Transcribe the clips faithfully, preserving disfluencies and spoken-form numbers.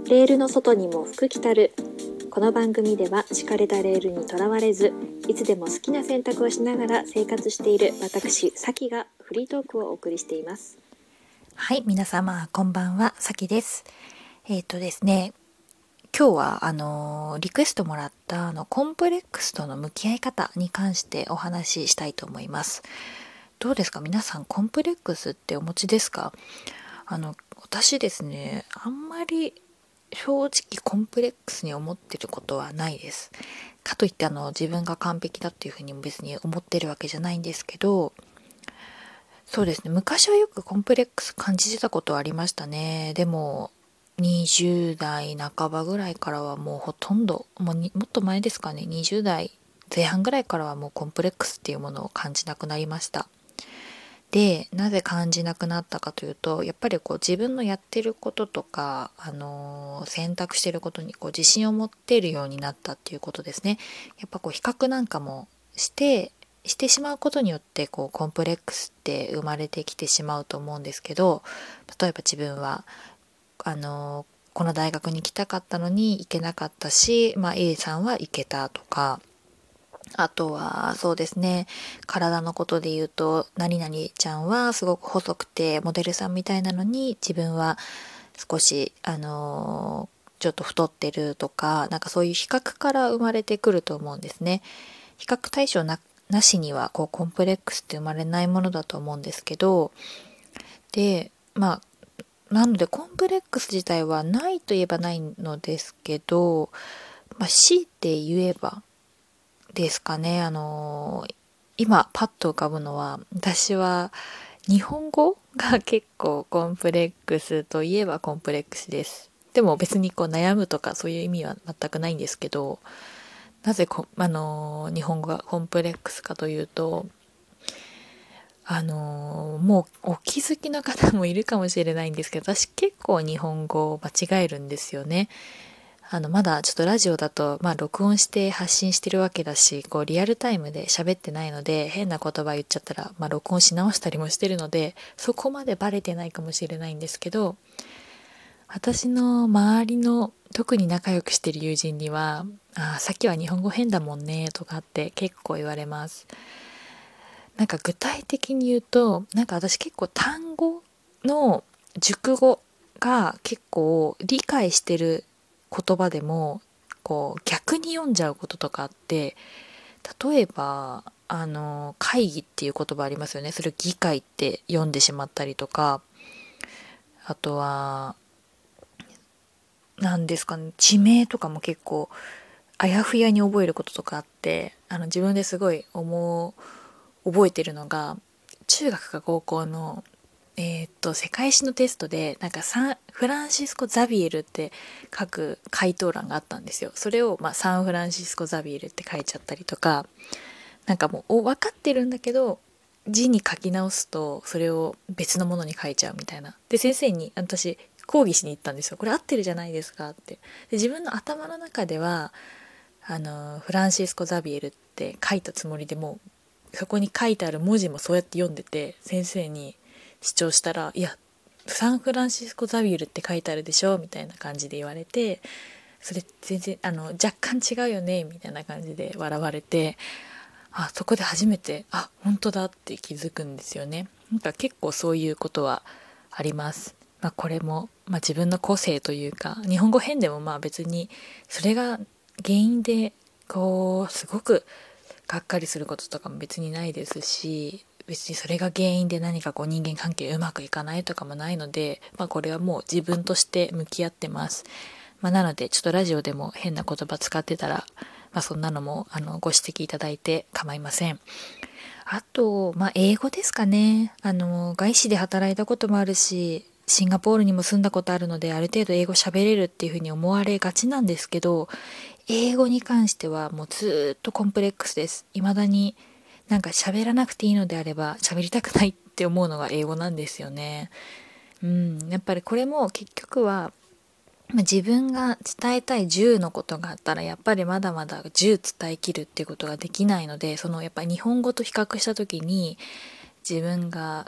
レールの外にも福来たる。この番組では敷かれたレールにとらわれず、いつでも好きな選択をしながら生活している私さきがフリートークをお送りしています。 はい、皆様こんばんは、さきです。えっ、ー、とですね今日はあのリクエストもらったあのコンプレックスとの向き合い方に関してお話ししたいと思います。どうですか、皆さんコンプレックスってお持ちですか？あの私ですね、あんまり正直コンプレックスに思ってることはないです。かといってあの自分が完璧だっていうふうにも別に思ってるわけじゃないんですけど、そうですね、昔はよくコンプレックス感じてたことはありましたね。でもにじゅう代半ばぐらいからはもうほとんどもうにもっと前ですかね、にじゅう代前半ぐらいからはもうコンプレックスっていうものを感じなくなりました。で、なぜ感じなくなったかというと、やっぱりこう自分のやってることとか、あのー選択してることにこう自信を持っているようになったっていうことですね。やっぱこう比較なんかもしてしてしまうことによってこうコンプレックスって生まれてきてしまうと思うんですけど、例えば自分はあのーこの大学に行きたかったのに行けなかったし、まあ、A さんは行けたとか、あとはそうですね、体のことで言うと何々ちゃんはすごく細くてモデルさんみたいなのに自分は少しあのーちょっと太ってるとか、なんかそういう比較から生まれてくると思うんですね。比較対象ななしにはこうコンプレックスって生まれないものだと思うんですけど、でまあなのでコンプレックス自体はないといえばないのですけど、まあ、強いて言えばですかね。あの今パッと浮かぶのは、私は日本語が結構コンプレックスといえばコンプレックスです。でも別にこう悩むとかそういう意味は全くないんですけど、なぜこあの日本語がコンプレックスかというと、あのもうお気づきの方もいるかもしれないんですけど、私結構日本語を間違えるんですよね。あのまだちょっとラジオだと、まあ、録音して発信してるわけだし、こうリアルタイムで喋ってないので変な言葉言っちゃったら、まあ、録音し直したりもしてるのでそこまでバレてないかもしれないんですけど、私の周りの特に仲良くしてる友人には「ああさっきは日本語変だもんね」とかって結構言われます。なんか具体的に言うと、なんか私結構単語の熟語が結構理解してる言葉でもこう逆に読んじゃうこととかあって、例えばあの会議っていう言葉ありますよね。それを議会って読んでしまったりとか、あとは何ですかね、地名とかも結構あやふやに覚えることとかあって、あの自分ですごい思う覚えてるのが、中学か高校のえーっと世界史のテストでなんかサンフランシスコ・ザビエルって書く回答欄があったんですよ。それを、まあ、サンフランシスコ・ザビエルって書いちゃったりとか、なんかもう分かってるんだけど字に書き直すとそれを別のものに書いちゃうみたいな。で先生に私抗議しに行ったんですよ。これ合ってるじゃないですかって。で自分の頭の中ではあのフランシスコ・ザビエルって書いたつもりでも、そこに書いてある文字もそうやって読んでて、先生に主張したら「いやサンフランシスコ・ザビエルって書いてあるでしょ」みたいな感じで言われて、それ全然あの若干違うよねみたいな感じで笑われて、あそこで初めてあ本当だって気づくんですよね。なんか結構そういうことはあります。まあ、これも、まあ、自分の個性というか、日本語変でもまあ別にそれが原因でこうすごくがっかりすることとかも別にないですし、別にそれが原因で何かこう人間関係うまくいかないとかもないので、まあ、これはもう自分として向き合ってます。まあ、なのでちょっとラジオでも変な言葉使ってたら、まあ、そんなのもあのご指摘いただいて構いません。あと、まあ、英語ですかね。あの外資で働いたこともあるし、シンガポールにも住んだことあるので、ある程度英語喋れるっていうふうに思われがちなんですけど、英語に関してはもうずっとコンプレックスです。未だになんか喋らなくていいのであれば喋りたくないって思うのが英語なんですよね。うん、やっぱりこれも結局は、まあ自分が伝えたいじゅうのことがあったらやっぱりまだまだじゅう伝えきるっていうことができないので、そのやっぱり日本語と比較した時に自分がこ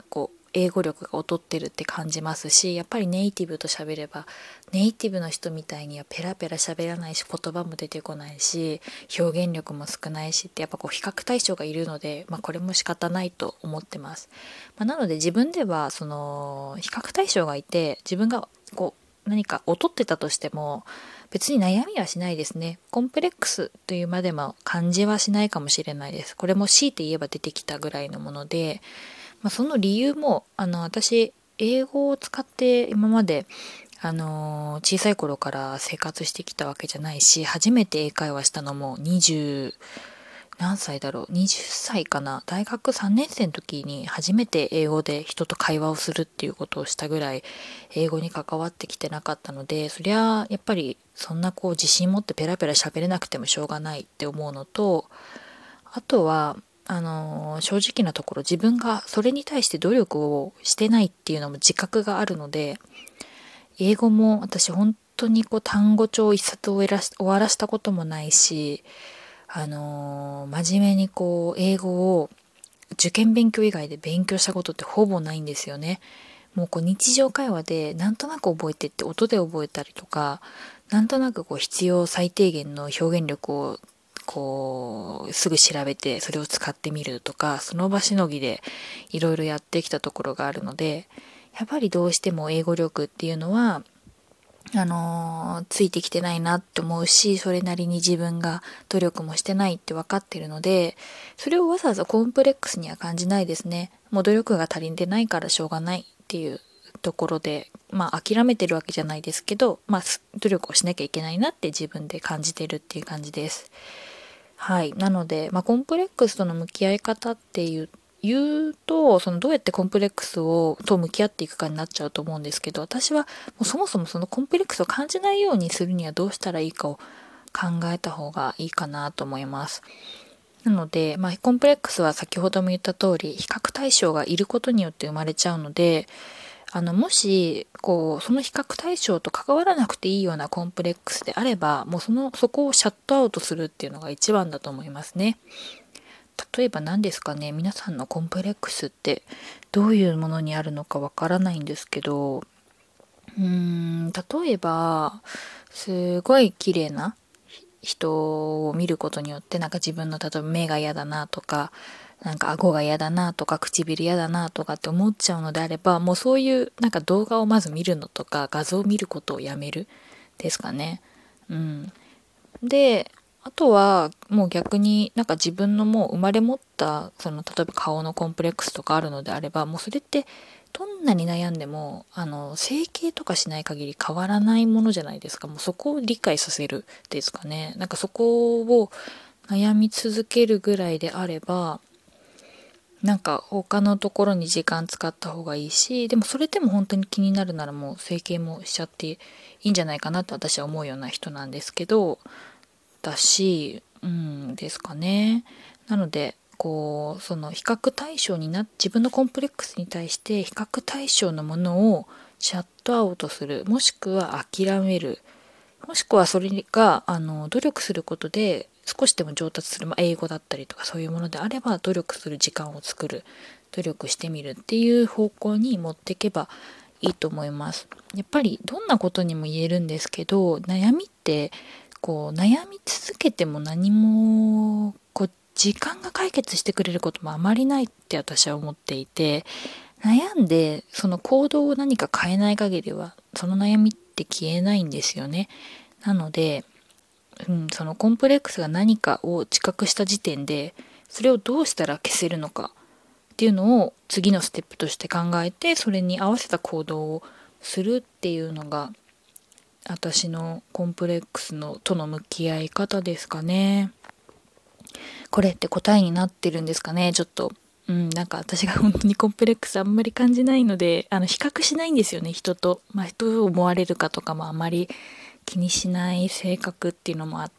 英語力が劣ってるって感じますし、やっぱりネイティブと喋ればネイティブの人みたいにはペラペラ喋らないし、言葉も出てこないし、表現力も少ないしって、やっぱこう比較対象がいるので、まあ、これも仕方ないと思ってます。まあ、なので自分ではその比較対象がいて、自分がこう何か劣ってたとしても別に悩みはしないですね。コンプレックスというまでも感じはしないかもしれないです。これも強いて言えば出てきたぐらいのもので、まあ、その理由もあの私英語を使って今まであの小さい頃から生活してきたわけじゃないし、初めて英会話したのもにじゅう何歳だろう、はたちかな、大学さんねん生の時に初めて英語で人と会話をするっていうことをしたぐらい英語に関わってきてなかったので、そりゃやっぱりそんなこう自信持ってペラペラ喋れなくてもしょうがないって思うのと、あとはあの正直なところ自分がそれに対して努力をしてないっていうのも自覚があるので、英語も私本当にこう単語帳一冊を終わらしたこともないし、あのー、真面目にこう英語を受験勉強以外で勉強したことってほぼないんですよね。もうこう日常会話でなんとなく覚えてって音で覚えたりとか、なんとなくこう必要最低限の表現力をこうすぐ調べてそれを使ってみるとか、その場しのぎでいろいろやってきたところがあるので、やっぱりどうしても英語力っていうのはあのー、ついてきてないなって思うし、それなりに自分が努力もしてないって分かってるので、それをわざわざコンプレックスには感じないですね。もう努力が足りてないからしょうがないっていうところで、まあ諦めてるわけじゃないですけど、まあ努力をしなきゃいけないなって自分で感じてるっていう感じです。はい。なので、まあコンプレックスとの向き合い方っていう言うと、そのどうやってコンプレックスをと向き合っていくかになっちゃうと思うんですけど、私はもうそもそもそのコンプレックスを感じないようにするにはどうしたらいいかを考えた方がいいかなと思います。なので、まあ、コンプレックスは先ほども言った通り比較対象がいることによって生まれちゃうので、あのもしこうその比較対象と関わらなくていいようなコンプレックスであれば、もうそのそこをシャットアウトするっていうのが一番だと思いますね。例えば何ですかね、皆さんのコンプレックスってどういうものにあるのかわからないんですけど、うーん例えばすごい綺麗な人を見ることによって、なんか自分の例えば目が嫌だなとか、なんか顎が嫌だなとか唇嫌だなとかって思っちゃうのであれば、もうそういうなんか動画をまず見るのとか画像を見ることをやめるですかね。うんで、あとはもう逆になんか自分のもう生まれ持ったその例えば顔のコンプレックスとかあるのであれば、もうそれってどんなに悩んでもあの整形とかしない限り変わらないものじゃないですか。もうそこを理解させるですかね。なんかそこを悩み続けるぐらいであれば、なんか他のところに時間使った方がいいし、でもそれでも本当に気になるならもう整形もしちゃっていいんじゃないかなって私は思うような人なんですけど、だし、うんですかね。なので、こう、その比較対象にな、自分のコンプレックスに対して比較対象のものをシャットアウトする、もしくは諦める、もしくはそれが、あの、努力することで少しでも上達する、まあ、英語だったりとかそういうものであれば努力する時間を作る、努力してみるっていう方向に持っていけばいいと思います。やっぱりどんなことにも言えるんですけど、悩みってこう悩み続けても何もこう時間が解決してくれることもあまりないって私は思っていて、悩んでその行動を何か変えない限りはその悩みって消えないんですよね。なので、うん、そのコンプレックスが何かを自覚した時点でそれをどうしたら消せるのかっていうのを次のステップとして考えて、それに合わせた行動をするっていうのが私のコンプレックスのとの向き合い方ですかね。これって答えになってるんですかね。ちょっと、うん、なんか私が本当にコンプレックスあんまり感じないので、あの比較しないんですよね、人と。まあどう思われるかとかもあまり気にしない性格っていうのもあって、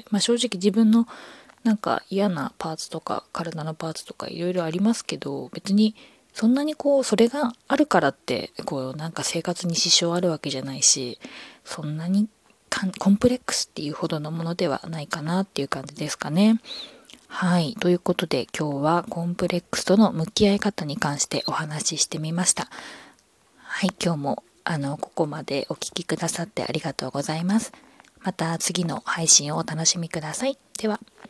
まあ正直自分のなんか嫌なパーツとか体のパーツとかいろいろありますけど、別にそんなにこうそれがあるからってこうなんか生活に支障あるわけじゃないし、そんなにコンプレックスっていうほどのものではないかなっていう感じですかね。 はい。ということで今日はコンプレックスとの向き合い方に関してお話ししてみました。はい。今日もあの、ここまでお聞きくださってありがとうございます。また次の配信をお楽しみください。では。